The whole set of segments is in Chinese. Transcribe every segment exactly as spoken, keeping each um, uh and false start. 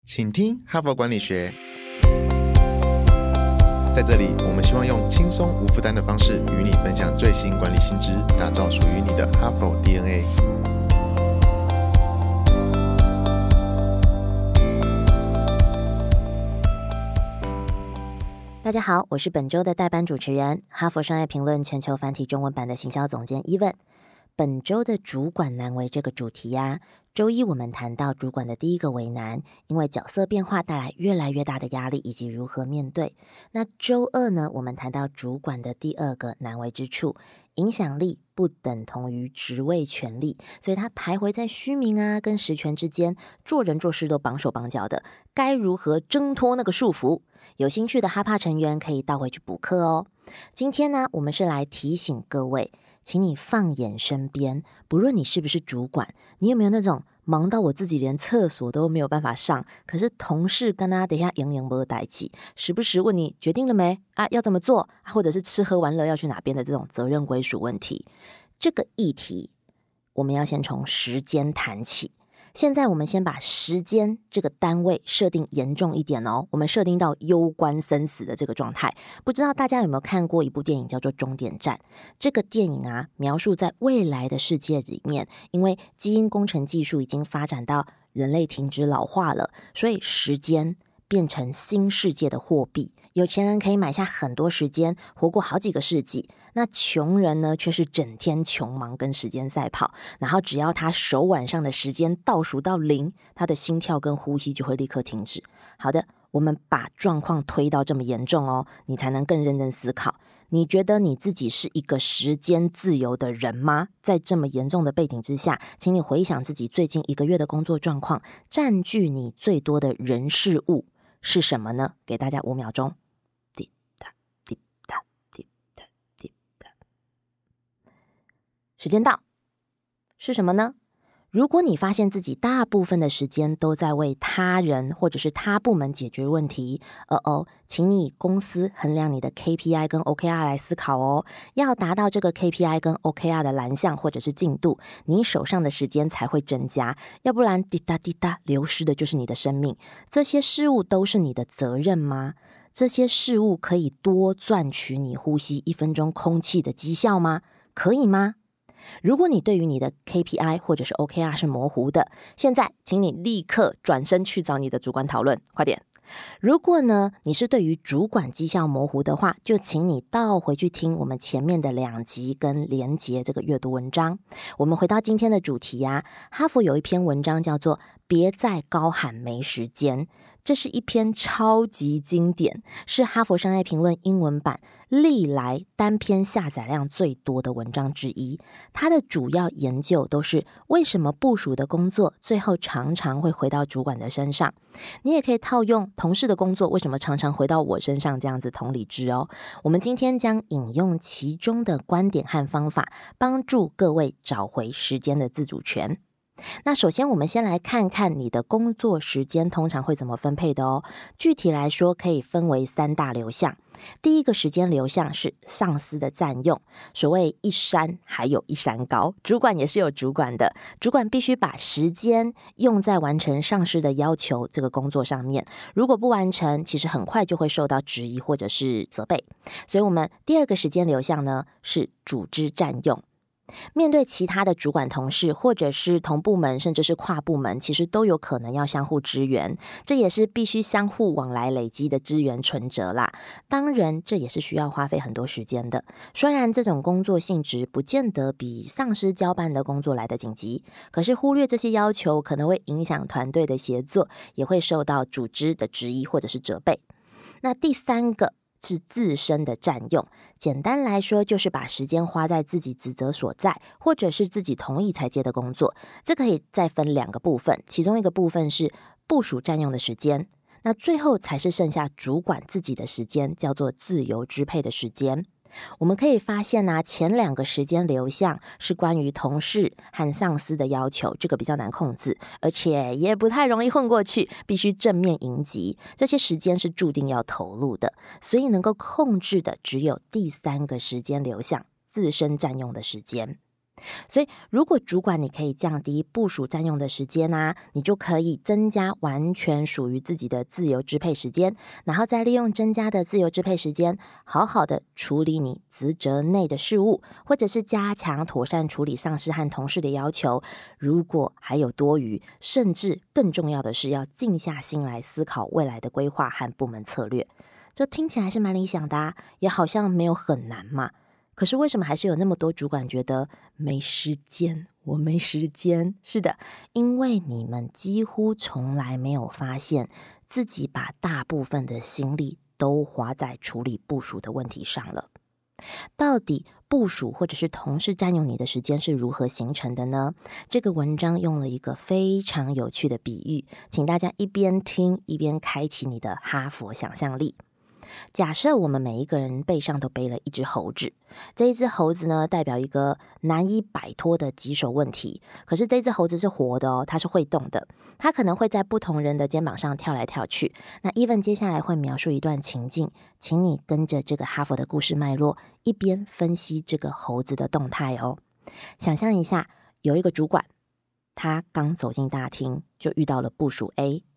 请听哈佛管理学。在这里，我们希望用轻松无负担的方式与你分享最新管理新知，打造属于你的哈佛 D N A。 大家好，我是本周的代班主持人，哈佛商业评论全球繁体中文版的行销总监伊文。本周的主管难为这个主题呀、啊，周一我们谈到主管的第一个为难，因为角色变化带来越来越大的压力以及如何面对。那周二呢，我们谈到主管的第二个难为之处，影响力不等同于职位权力，所以他徘徊在虚名啊跟实权之间，做人做事都绑手绑脚的，该如何挣脱那个束缚？有兴趣的哈帕成员可以倒回去补课哦。今天呢，我们是来提醒各位，请你放眼身边，不论你是不是主管，你有没有那种忙到我自己连厕所都没有办法上，可是同事跟他等一下营营没代志，时不时问你决定了没啊，要怎么做，或者是吃喝玩乐要去哪边的这种责任归属问题。这个议题我们要先从时间谈起。现在我们先把时间这个单位设定严重一点哦，我们设定到攸关生死的这个状态。不知道大家有没有看过一部电影叫做《终点站》？这个电影啊，描述在未来的世界里面，因为基因工程技术已经发展到人类停止老化了，所以时间变成新世界的货币。有钱人可以买下很多时间，活过好几个世纪。那穷人呢，却是整天穷忙跟时间赛跑，然后只要他手腕上的时间倒数到零，他的心跳跟呼吸就会立刻停止。好的，我们把状况推到这么严重哦，你才能更认真思考。你觉得你自己是一个时间自由的人吗？在这么严重的背景之下，请你回想自己最近一个月的工作状况，占据你最多的人事物是什么呢？给大家五秒钟。时间到，是什么呢？如果你发现自己大部分的时间都在为他人或者是他部门解决问题，哦哦，请你以公司衡量你的 K P I 跟 O K R 来思考哦。要达到这个 K P I 跟 O K R 的栏项或者是进度，你手上的时间才会增加，要不然滴答滴答流失的就是你的生命。这些事物都是你的责任吗？这些事物可以多赚取你呼吸一分钟空气的绩效吗？可以吗？如果你对于你的 K P I 或者是 O K R 是模糊的，现在请你立刻转身去找你的主管讨论，快点。如果呢，你是对于主管绩效模糊的话，就请你倒回去听我们前面的两集跟连结这个阅读文章。我们回到今天的主题啊，哈佛有一篇文章叫做《别再高喊没时间》，这是一篇超级经典，是哈佛商业评论英文版历来单篇下载量最多的文章之一。它的主要研究都是为什么部属的工作最后常常会回到主管的身上。你也可以套用同事的工作为什么常常回到我身上这样子同理之哦。我们今天将引用其中的观点和方法，帮助各位找回时间的自主权。那首先我们先来看看你的工作时间通常会怎么分配的哦。具体来说可以分为三大流向。第一个时间流向是上司的占用，所谓一山还有一山高，主管也是有主管的，主管必须把时间用在完成上司的要求这个工作上面，如果不完成，其实很快就会受到质疑或者是责备。所以我们第二个时间流向呢是组织占用。面对其他的主管同事或者是同部门甚至是跨部门，其实都有可能要相互支援，这也是必须相互往来累积的资源存折啦。当然这也是需要花费很多时间的，虽然这种工作性质不见得比上司交办的工作来得紧急，可是忽略这些要求可能会影响团队的协作，也会受到组织的质疑或者是责备。那第三个是自身的占用，简单来说就是把时间花在自己职责所在或者是自己同意才接的工作。这可以再分两个部分，其中一个部分是部属占用的时间，那最后才是剩下主管自己的时间，叫做自由支配的时间。我们可以发现啊，前两个时间流向是关于同事和上司的要求，这个比较难控制，而且也不太容易混过去，必须正面迎击，这些时间是注定要投入的，所以能够控制的只有第三个时间流向，自身占用的时间。 所以如果主管你可以降低部属占用的时间啊，你就可以增加完全属于自己的自由支配时间，然后再利用增加的自由支配时间，好好的处理你职责内的事务，或者是加强妥善处理上司和同事的要求。如果还有多余，甚至更重要的是要静下心来思考未来的规划和部门策略。这听起来是蛮理想的啊，也好像没有很难嘛。可是为什么还是有那么多主管觉得没时间，我没时间？是的，因为你们几乎从来没有发现自己把大部分的心力都花在处理部属的问题上了。到底部属或者是同事占用你的时间是如何形成的呢？这个文章用了一个非常有趣的比喻，请大家一边听一边开启你的哈佛想象力。假设我们每一个人背上都背了一只猴子，这一只猴子呢，代表一个难以摆脱的棘手问题。可是这只猴子是活的哦，它是会动的，它可能会在不同人的肩膀上跳来跳去。那 Even 接下来会描述一段情境，请你跟着这个哈佛的故事脉络，一边分析这个猴子的动态哦。想象一下，有一个主管，他刚走进大厅，就遇到了部属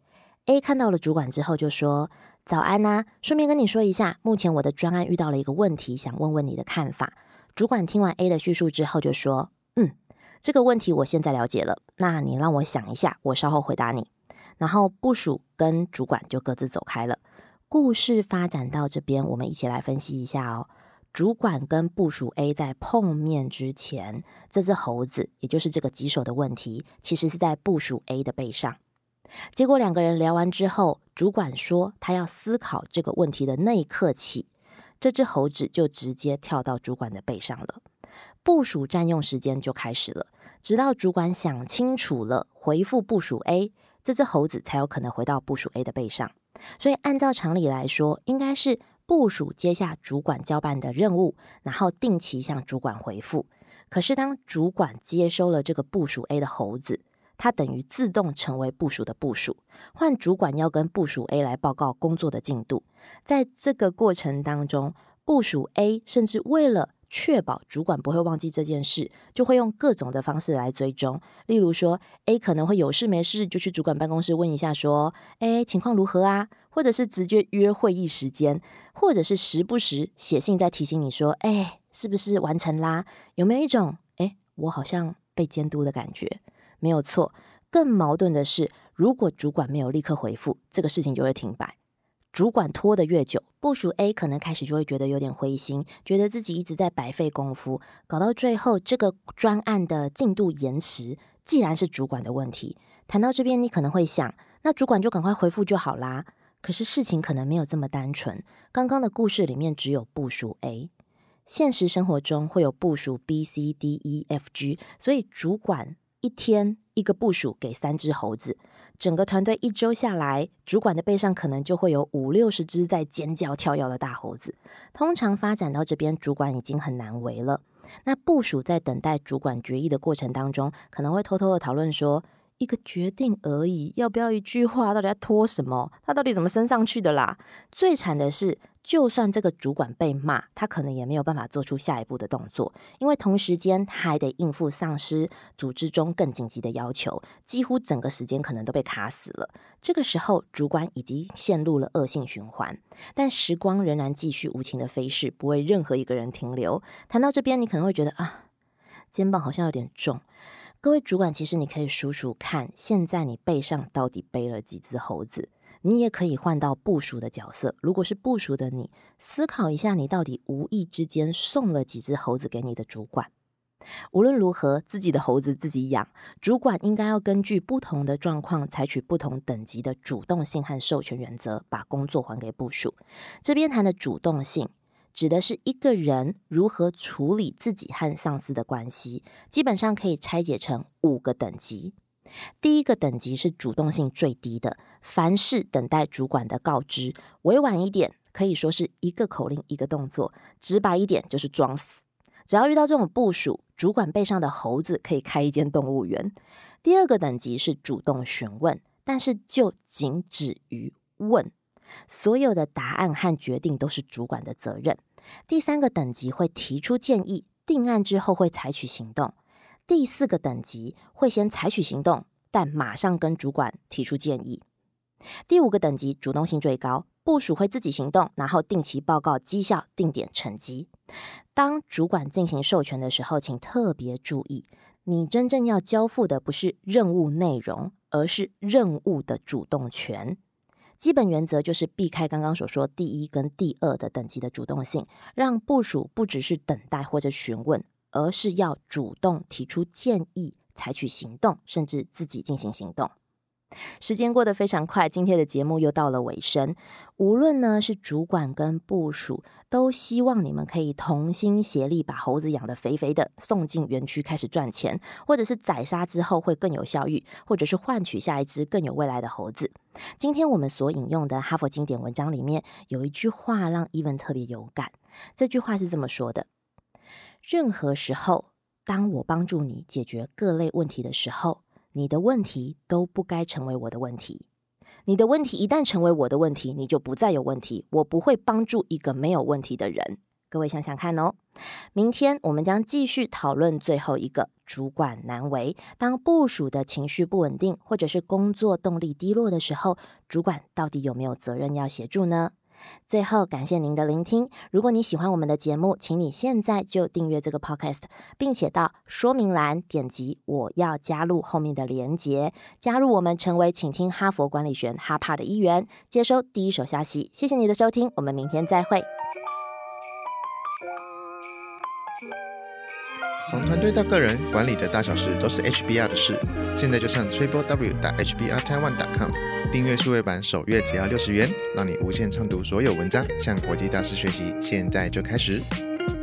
A。A 看到了主管之后就说：早安啊，顺便跟你说一下，目前我的专案遇到了一个问题，想问问你的看法。主管听完 A 的叙述之后就说：嗯，这个问题我现在了解了，那你让我想一下，我稍后回答你。然后部属跟主管就各自走开了。故事发展到这边，我们一起来分析一下哦。主管跟部属 A 在碰面之前，这只猴子，也就是这个棘手的问题，其实是在部属 A 的背上。结果两个人聊完之后，主管说他要思考这个问题的那一刻起，这只猴子就直接跳到主管的背上了。部属占用时间就开始了，直到主管想清楚了，回复部属 A， 这只猴子才有可能回到部属 A 的背上。所以按照常理来说，应该是部属接下主管交办的任务，然后定期向主管回复。可是当主管接收了这个部属 A 的猴子，它等于自动成为部属的部属，换主管要跟部属 A 来报告工作的进度。在这个过程当中，部属 A 甚至为了确保主管不会忘记这件事，就会用各种的方式来追踪。例如说 A 可能会有事没事就去主管办公室问一下说，诶，情况如何啊？或者是直接约会议时间，或者是时不时写信再提醒你说，诶，是不是完成啦？有没有一种诶，我好像被监督的感觉？没有错，更矛盾的是，如果主管没有立刻回复，这个事情就会停摆。主管拖得越久，部属 A 可能开始就会觉得有点灰心，觉得自己一直在白费功夫，搞到最后这个专案的进度延迟，既然是主管的问题。谈到这边，你可能会想，那主管就赶快回复就好啦。可是事情可能没有这么单纯，刚刚的故事里面只有部属 A， 现实生活中会有部属 B、C、D、E、F、G， 所以主管一天一个部属给三只猴子，整个团队一周下来，主管的背上可能就会有五六十只在尖叫跳跃的大猴子。通常发展到这边，主管已经很难为了。那部属在等待主管决议的过程当中，可能会偷偷的讨论说，一个决定而已，要不要一句话？到底在拖什么？他到底怎么升上去的啦？最惨的是，就算这个主管被骂，他可能也没有办法做出下一步的动作，因为同时间他还得应付上司组织中更紧急的要求，几乎整个时间可能都被卡死了。这个时候，主管已经陷入了恶性循环，但时光仍然继续无情的飞逝，不为任何一个人停留。谈到这边，你可能会觉得啊，肩膀好像有点重。各位主管，其实你可以数数看，现在你背上到底背了几只猴子？你也可以换到部属的角色，如果是部属的你，思考一下，你到底无意之间送了几只猴子给你的主管。无论如何，自己的猴子自己养，主管应该要根据不同的状况，采取不同等级的主动性和授权原则，把工作还给部属。这边谈的主动性，指的是一个人如何处理自己和上司的关系，基本上可以拆解成五个等级。第一个等级是主动性最低的，凡事等待主管的告知，委婉一点可以说是一个口令一个动作，直白一点就是装死。只要遇到这种部属，主管背上的猴子可以开一间动物园。第二个等级是主动询问，但是就仅止于问，所有的答案和决定都是主管的责任。第三个等级会提出建议，定案之后会采取行动。 第四个等级会先采取行动，但马上跟主管提出建议。第五个等级主动性最高，部属会自己行动，然后定期报告绩效，定点成绩。当主管进行授权的时候，请特别注意，你真正要交付的不是任务内容，而是任务的主动权。基本原则就是避开刚刚所说第一跟第二的等级的主动性，让部属不只是等待或者询问，而是要主动提出建议，采取行动，甚至自己进行行动。时间过得非常快，今天的节目又到了尾声。无论呢是主管跟部属，都希望你们可以同心协力，把猴子养得肥肥的，送进园区开始赚钱，或者是宰杀之后会更有效率，或者是换取下一只更有未来的猴子。今天我们所引用的哈佛经典文章里面有一句话让 Even 特别有感，这句话是这么说的：任何时候，当我帮助你解决各类问题的时候，你的问题都不该成为我的问题。你的问题一旦成为我的问题，你就不再有问题。我不会帮助一个没有问题的人。各位想想看哦。明天我们将继续讨论最后一个主管难为。当部属的情绪不稳定，或者是工作动力低落的时候，主管到底有没有责任要协助呢？最后感谢您的聆听，如果你喜欢我们的节目，请你现在就订阅这个 podcast， 并且到说明栏点击我要加入后面的连结，加入我们，成为请听哈佛管理学哈帕的一员，接收第一手消息。谢谢你的收听，我们明天再会。 从团队到个人，管理的大小事都是 H B R 的事。现在就上 triple w 点 h b r taiwan 点 com 订阅数位版，首月只要六十元，让你无限畅读所有文章，向国际大师学习。现在就开始。